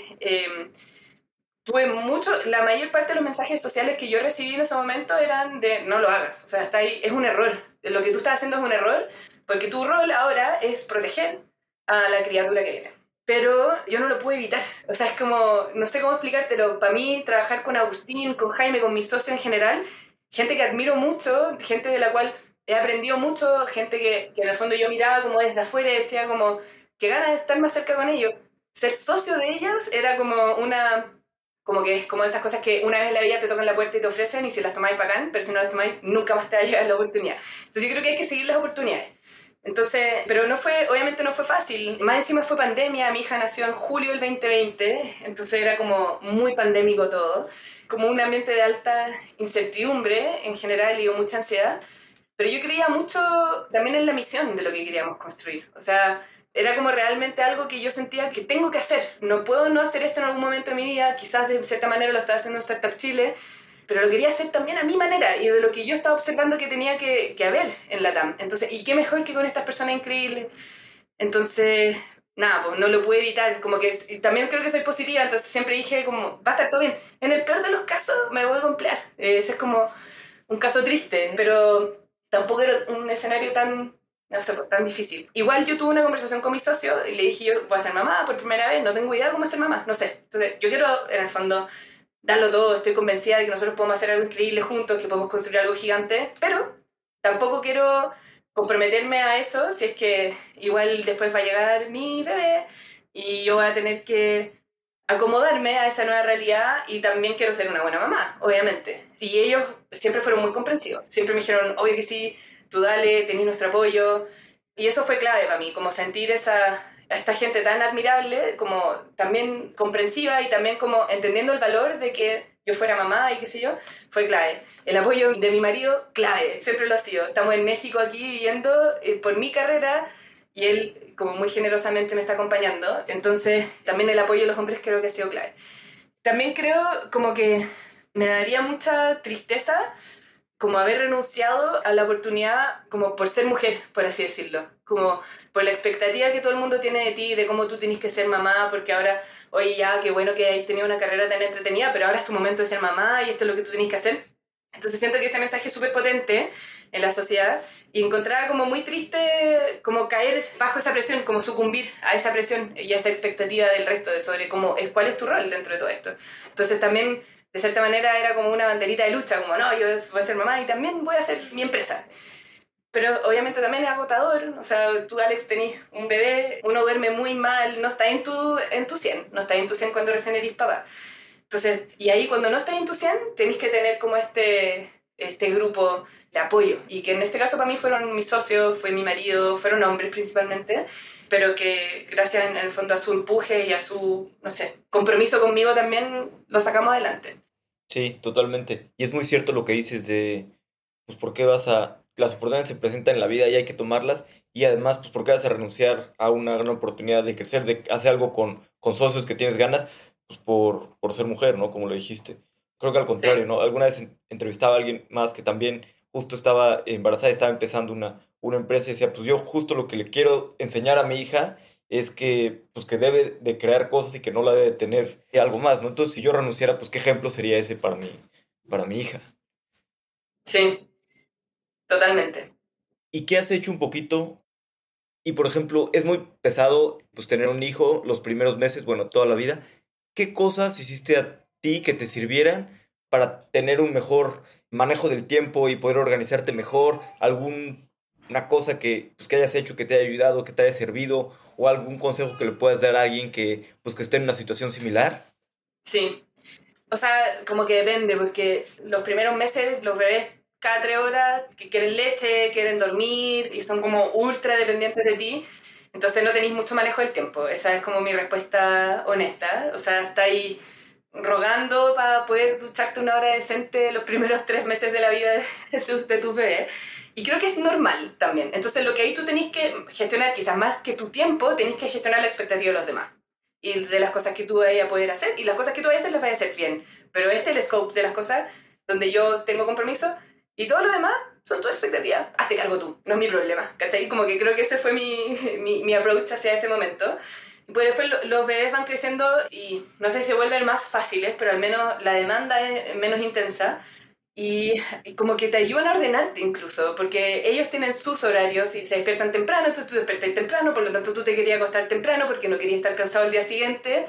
tuve mucho, la mayor parte de los mensajes sociales que yo recibí en ese momento eran de no lo hagas, o sea, está ahí, es un error, lo que tú estás haciendo es un error, porque tu rol ahora es proteger a la criatura que viene. Pero yo no lo pude evitar, o sea, es como, no sé cómo explicártelo, para mí trabajar con Agustín, con Jaime, con mi socio en general, gente que admiro mucho, gente de la cual he aprendido mucho, gente que en el fondo yo miraba como desde afuera y decía como, qué ganas de estar más cerca con ellos. Ser socio de ellos era como una, como que es como esas cosas que una vez en la vida te tocan la puerta y te ofrecen y si las tomáis bacán, pero si no las tomáis nunca más te va a llegar la oportunidad. Entonces yo creo que hay que seguir las oportunidades. Entonces, pero no fue, obviamente no fue fácil. Más encima fue pandemia, mi hija nació en julio del 2020, entonces era como muy pandémico todo, como un ambiente de alta incertidumbre en general y mucha ansiedad. Pero yo creía mucho también en la misión de lo que queríamos construir. O sea, era como realmente algo que yo sentía que tengo que hacer. No puedo no hacer esto en algún momento de mi vida. Quizás de cierta manera lo estaba haciendo en Startup Chile, pero lo quería hacer también a mi manera y de lo que yo estaba observando que tenía que haber en la TAM. Entonces, ¿y qué mejor que con estas personas increíbles? Entonces, nada, pues no lo pude evitar. Como que y también creo que soy positiva, entonces siempre dije como, va a estar todo bien. En el peor de los casos me vuelvo a emplear. Ese es como un caso triste, pero tampoco era un escenario tan, no sé, pues, tan difícil. Igual yo tuve una conversación con mi socio y le dije, yo voy a ser mamá por primera vez, no tengo idea de cómo ser mamá, no sé. Entonces, yo quiero, en el fondo, darlo todo, estoy convencida de que nosotros podemos hacer algo increíble juntos, que podemos construir algo gigante, pero tampoco quiero comprometerme a eso si es que igual después va a llegar mi bebé y yo voy a tener que acomodarme a esa nueva realidad y también quiero ser una buena mamá, obviamente. Y ellos siempre fueron muy comprensivos, siempre me dijeron, obvio que sí, tú dale, tenés nuestro apoyo. Y eso fue clave para mí, como sentir a esta gente tan admirable, como también comprensiva y también como entendiendo el valor de que yo fuera mamá y qué sé yo, fue clave. El apoyo de mi marido, clave, siempre lo ha sido. Estamos en México aquí viviendo por mi carrera y él como muy generosamente me está acompañando. Entonces también el apoyo de los hombres creo que ha sido clave. También creo como que me daría mucha tristeza como haber renunciado a la oportunidad como por ser mujer, por así decirlo, como por la expectativa que todo el mundo tiene de ti, de cómo tú tienes que ser mamá, porque ahora, oye ya, qué bueno que hayas tenido una carrera tan entretenida, pero ahora es tu momento de ser mamá y esto es lo que tú tienes que hacer. Entonces siento que ese mensaje es súper potente en la sociedad y encontraba como muy triste como caer bajo esa presión, como sucumbir a esa presión y a esa expectativa del resto de sobre cómo es cuál es tu rol dentro de todo esto. Entonces también de cierta manera era como una banderita de lucha, como no, yo voy a ser mamá y también voy a hacer mi empresa. Pero obviamente también es agotador, o sea, tú Alex tenés un bebé, uno duerme muy mal, no está en tu 100, no está en tu 100 cuando recién eres papá. Entonces, y ahí cuando no estás en tu 100, tenés que tener como este grupo de apoyo. Y que en este caso para mí fueron mis socios, fue mi marido, fueron hombres principalmente, pero que gracias en el fondo a su empuje y a su, no sé, compromiso conmigo también lo sacamos adelante. Sí, totalmente. Y es muy cierto lo que dices de, pues, ¿por qué vas a... Las oportunidades se presentan en la vida y hay que tomarlas. Y además, pues, ¿por qué vas a renunciar a una gran oportunidad de crecer, de hacer algo con socios que tienes ganas? Pues por ser mujer, ¿no? Como lo dijiste. Creo que al contrario, Sí. ¿no? Alguna vez entrevistaba a alguien más que también justo estaba embarazada y estaba empezando una empresa y decía, pues yo justo lo que le quiero enseñar a mi hija es que, pues, que debe de crear cosas y que no la debe de tener algo más, ¿no? Entonces, si yo renunciara, pues, ¿qué ejemplo sería ese para mi hija? Sí, totalmente. ¿Y qué has hecho un poquito? Y, por ejemplo, es muy pesado, pues, tener un hijo los primeros meses, bueno, toda la vida. ¿Qué cosas hiciste a ti que te sirvieran para tener un mejor manejo del tiempo y poder organizarte mejor? ¿Alguna cosa que, pues, que hayas hecho que te haya ayudado, que te haya servido? ¿O algún consejo que le puedas dar a alguien que, pues, que esté en una situación similar? Sí. O sea, como que depende, porque los primeros meses los bebés cada 3 horas que quieren leche, quieren dormir y son como ultra dependientes de ti. Entonces no tenéis mucho manejo del tiempo. Esa es como mi respuesta honesta. O sea, estáis rogando para poder ducharte 1 hora decente los primeros 3 meses de la vida de tus bebés. Y creo que es normal también. Entonces lo que ahí tú tenés que gestionar, quizás más que tu tiempo, tenés que gestionar la expectativa de los demás y de las cosas que tú vayas a poder hacer, y las cosas que tú vayas a hacer las vayas a hacer bien. Pero este es el scope de las cosas donde yo tengo compromiso y todo lo demás son tu expectativa. Hazte cargo tú, no es mi problema, ¿cachai? Como que creo que ese fue mi approach hacia ese momento. Pues después los bebés van creciendo y no sé si se vuelven más fáciles, pero al menos la demanda es menos intensa. Y como que te ayudan a ordenarte incluso, porque ellos tienen sus horarios y se despiertan temprano, entonces tú despiertas temprano, por lo tanto tú te querías acostar temprano porque no querías estar cansado el día siguiente.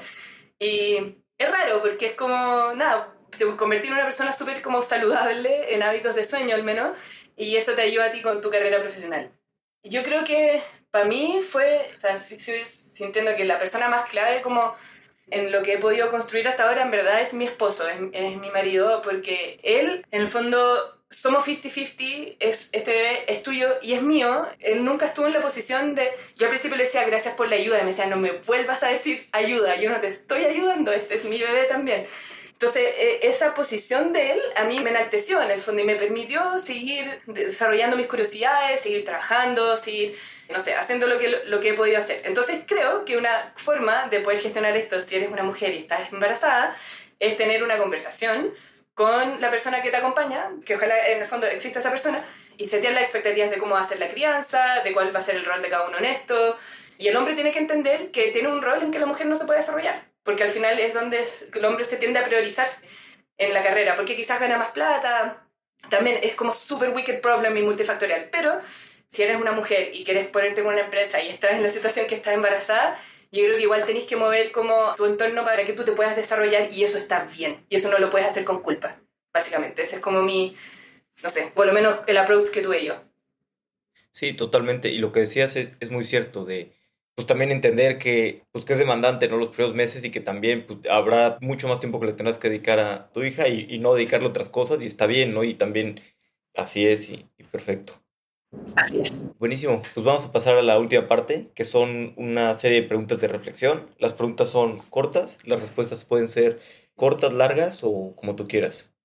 Y es raro porque es como, nada, te convertir en una persona súper como saludable en hábitos de sueño al menos, y eso te ayuda a ti con tu carrera profesional. Y yo creo que para mí fue, o sea, sí, sí, sintiendo que la persona más clave como en lo que he podido construir hasta ahora, en verdad, es mi esposo, es mi marido, porque él, en el fondo, somos 50-50, este bebé es tuyo y es mío. Él nunca estuvo en la posición de... Yo al principio le decía gracias por la ayuda, y me decía, no me vuelvas a decir ayuda, yo no te estoy ayudando, este es mi bebé también. Entonces, esa posición de él a mí me enalteció en el fondo y me permitió seguir desarrollando mis curiosidades, seguir trabajando, seguir, no sé, haciendo lo que he podido hacer. Entonces, creo que una forma de poder gestionar esto, si eres una mujer y estás embarazada, es tener una conversación con la persona que te acompaña, que ojalá en el fondo exista esa persona, y setear las expectativas de cómo va a ser la crianza, de cuál va a ser el rol de cada uno en esto. Y el hombre tiene que entender que tiene un rol en que la mujer no se puede desarrollar, porque al final es donde el hombre se tiende a priorizar en la carrera, porque quizás gana más plata, también es como super wicked problem y multifactorial, pero si eres una mujer y quieres ponerte en una empresa y estás en la situación que estás embarazada, yo creo que igual tenés que mover como tu entorno para que tú te puedas desarrollar, y eso está bien, y eso no lo puedes hacer con culpa, básicamente. Ese es como mi, no sé, por lo menos el approach que tuve yo. Sí, totalmente. Y lo que decías es muy cierto de, pues también entender que, pues que es demandante, ¿no? Los primeros meses y que también, pues, habrá mucho más tiempo que le tendrás que dedicar a tu hija y no dedicarle a otras cosas y está bien, ¿no? Y también así es y perfecto. Así es. Buenísimo. Pues vamos a pasar a la última parte, que son una serie de preguntas de reflexión. Las preguntas son cortas, las respuestas pueden ser cortas, largas o como tú quieras.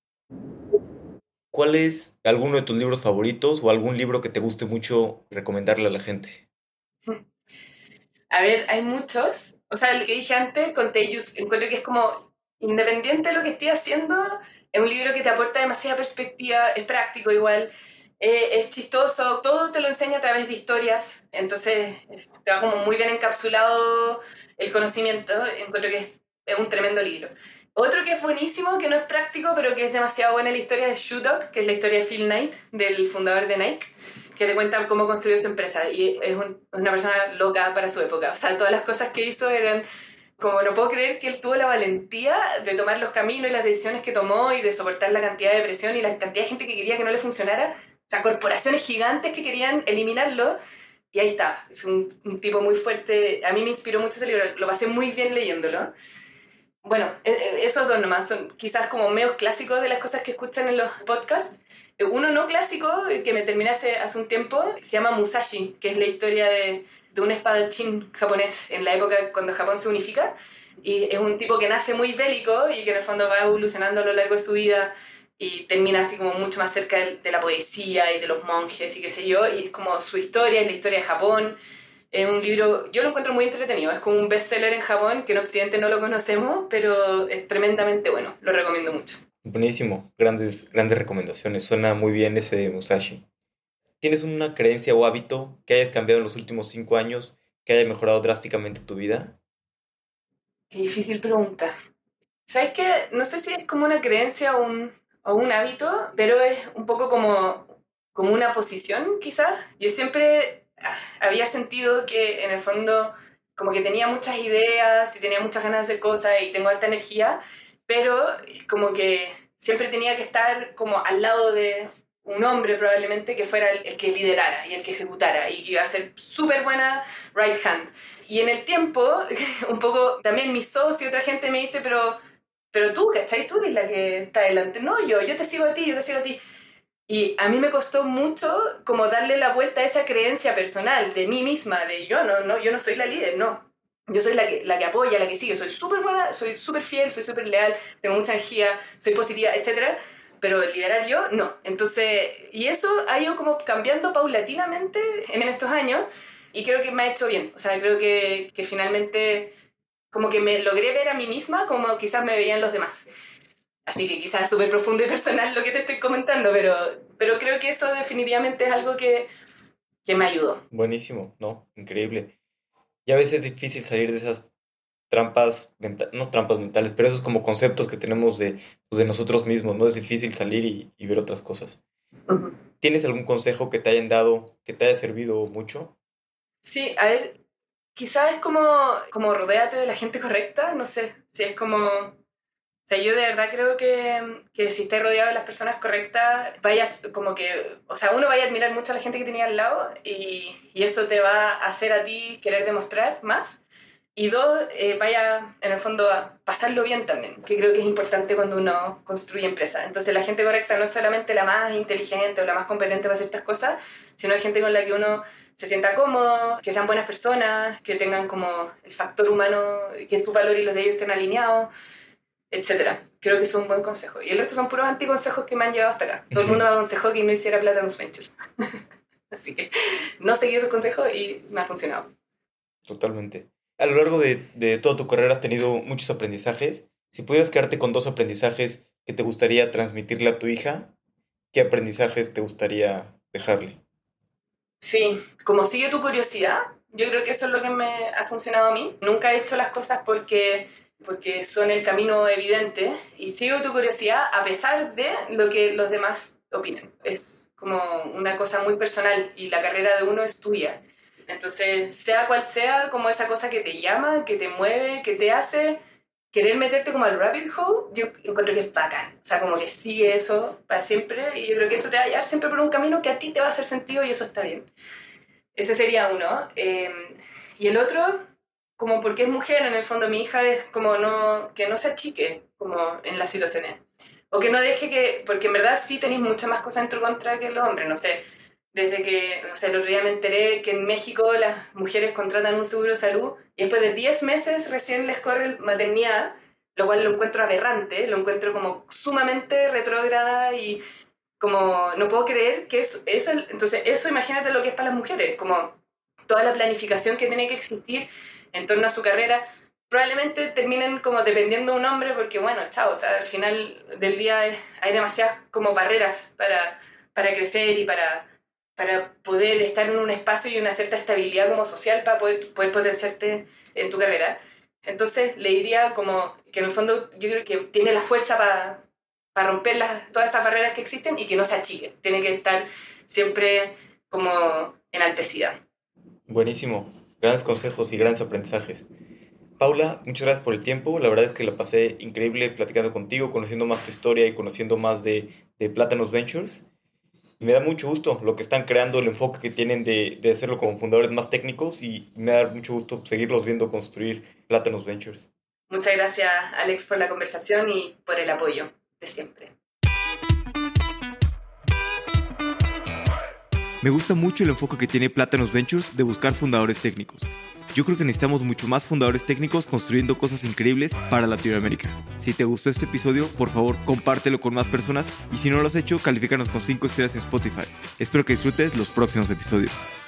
¿Cuál es alguno de tus libros favoritos o algún libro que te guste mucho recomendarle a la gente? A ver, hay muchos. O sea, el que dije antes, Contagious, encuentro que es como independiente de lo que esté haciendo, es un libro que te aporta demasiada perspectiva, es práctico igual, es chistoso, todo te lo enseña a través de historias, entonces te va como muy bien encapsulado el conocimiento, encuentro que es un tremendo libro. Otro que es buenísimo, que no es práctico, pero que es demasiado buena la historia de Shoe Dog, que es la historia de Phil Knight, del fundador de Nike, que te cuenta cómo construyó su empresa, y es una persona loca para su época. O sea, todas las cosas que hizo eran como, no puedo creer que él tuvo la valentía de tomar los caminos y las decisiones que tomó y de soportar la cantidad de presión y la cantidad de gente que quería que no le funcionara. O sea, corporaciones gigantes que querían eliminarlo, y ahí está. Es un tipo muy fuerte. A mí me inspiró mucho ese libro, lo pasé muy bien leyéndolo. Bueno, esos dos nomás son quizás como medios clásicos de las cosas que escuchan en los podcasts. Uno no clásico, que me terminé hace un tiempo, se llama Musashi, que es la historia de un espadachín japonés en la época cuando Japón se unifica. Y es un tipo que nace muy bélico y que en el fondo va evolucionando a lo largo de su vida y termina así como mucho más cerca de la poesía y de los monjes y qué sé yo. Y es como su historia, es la historia de Japón. Es un libro, yo lo encuentro muy entretenido, es como un bestseller en Japón, que en Occidente no lo conocemos, pero es tremendamente bueno, lo recomiendo mucho. Buenísimo, grandes recomendaciones. Suena muy bien ese de Musashi. ¿Tienes una creencia o hábito que hayas cambiado en los últimos 5 años que haya mejorado drásticamente tu vida? Qué difícil pregunta. ¿Sabes qué? No sé si es como una creencia o un hábito, pero es un poco como una posición, quizás. Yo siempre había sentido que en el fondo como que tenía muchas ideas y tenía muchas ganas de hacer cosas y tengo alta energía, pero como que siempre tenía que estar como al lado de un hombre probablemente que fuera el que liderara y el que ejecutara y que iba a ser súper buena right hand. Y en el tiempo, un poco, también mi socio y otra gente me dice, pero tú, ¿cachai? Tú eres la que está adelante. No, yo te sigo a ti, yo te sigo a ti. Y a mí me costó mucho como darle la vuelta a esa creencia personal de mí misma, de yo no soy la líder, no. Yo soy la que apoya, la que sigue, soy súper buena, soy súper fiel, soy súper leal, tengo mucha energía, soy positiva, etcétera. Pero liderar yo, no. Entonces, y eso ha ido como cambiando paulatinamente en estos años y creo que me ha hecho bien. O sea, creo que finalmente como que me logré ver a mí misma como quizás me veían los demás. Así que quizás es súper profundo y personal lo que te estoy comentando, pero creo que eso definitivamente es algo que me ayudó. Buenísimo, ¿no? Increíble. Y a veces es difícil salir de esas trampas, no trampas mentales, pero esos como conceptos que tenemos pues, de nosotros mismos, ¿no? Es difícil salir y ver otras cosas. Ujú. ¿Tienes algún consejo que te hayan dado, que te haya servido mucho? Sí, a ver, quizás es como rodéate de la gente correcta, no sé, si es como... O sea, yo de verdad creo que si estás rodeado de las personas correctas, vayas como que, o sea, uno vaya a admirar mucho a la gente que tenía al lado y eso te va a hacer a ti querer demostrar más. Y dos, vaya en el fondo a pasarlo bien también, que creo que es importante cuando uno construye empresa. Entonces la gente correcta no es solamente la más inteligente o la más competente para hacer estas cosas, sino hay gente con la que uno se sienta cómodo, que sean buenas personas, que tengan como el factor humano, que tus valores y los de ellos estén alineados, etcétera. Creo que es un buen consejo. Y el resto son puros anticonsejos que me han llevado hasta acá. Todo el mundo me aconsejó que no hiciera Platinum Ventures. Así que no seguí esos consejos y me ha funcionado. Totalmente. A lo largo de toda tu carrera has tenido muchos aprendizajes. Si pudieras quedarte con 2 aprendizajes que te gustaría transmitirle a tu hija, ¿qué aprendizajes te gustaría dejarle? Sí, como sigue tu curiosidad, yo creo que eso es lo que me ha funcionado a mí. Nunca he hecho las cosas porque son el camino evidente y sigo tu curiosidad a pesar de lo que los demás opinen. Es como una cosa muy personal y la carrera de uno es tuya. Entonces, sea cual sea, como esa cosa que te llama, que te mueve, que te hace querer meterte como al rabbit hole, yo encuentro que es bacán. O sea, como que sigue eso para siempre y yo creo que eso te va a llevar siempre por un camino que a ti te va a hacer sentido y eso está bien. Ese sería uno. Y el otro, como porque es mujer, en el fondo mi hija es como no, que no se achique como en las situaciones. O que no deje que, porque en verdad sí tenéis muchas más cosas en tu contra que los hombres, no sé. Desde que, no sé, el otro día me enteré que en México las mujeres contratan un seguro de salud y después de 10 meses recién les corre maternidad, lo cual lo encuentro aberrante, lo encuentro como sumamente retrógrada y como no puedo creer que eso, entonces eso imagínate lo que es para las mujeres, como toda la planificación que tiene que existir en torno a su carrera, probablemente terminen como dependiendo de un hombre porque bueno, chao, o sea, al final del día hay demasiadas como barreras para crecer y para poder estar en un espacio y una cierta estabilidad como social para poder potenciarte en tu carrera. Entonces le diría como que en el fondo yo creo que tiene la fuerza para romper todas esas barreras que existen y que no se achique. Tiene que estar siempre como enaltecida. Buenísimo. Grandes consejos y grandes aprendizajes. Paula, muchas gracias por el tiempo. La verdad es que la pasé increíble platicando contigo, conociendo más tu historia y conociendo más de Platinum Ventures. Y me da mucho gusto lo que están creando, el enfoque que tienen de hacerlo como fundadores más técnicos y me da mucho gusto seguirlos viendo construir Platinum Ventures. Muchas gracias, Alex, por la conversación y por el apoyo de siempre. Me gusta mucho el enfoque que tiene Plátanos Ventures de buscar fundadores técnicos. Yo creo que necesitamos mucho más fundadores técnicos construyendo cosas increíbles para Latinoamérica. Si te gustó este episodio, por favor, compártelo con más personas y si no lo has hecho, califícanos con 5 estrellas en Spotify. Espero que disfrutes los próximos episodios.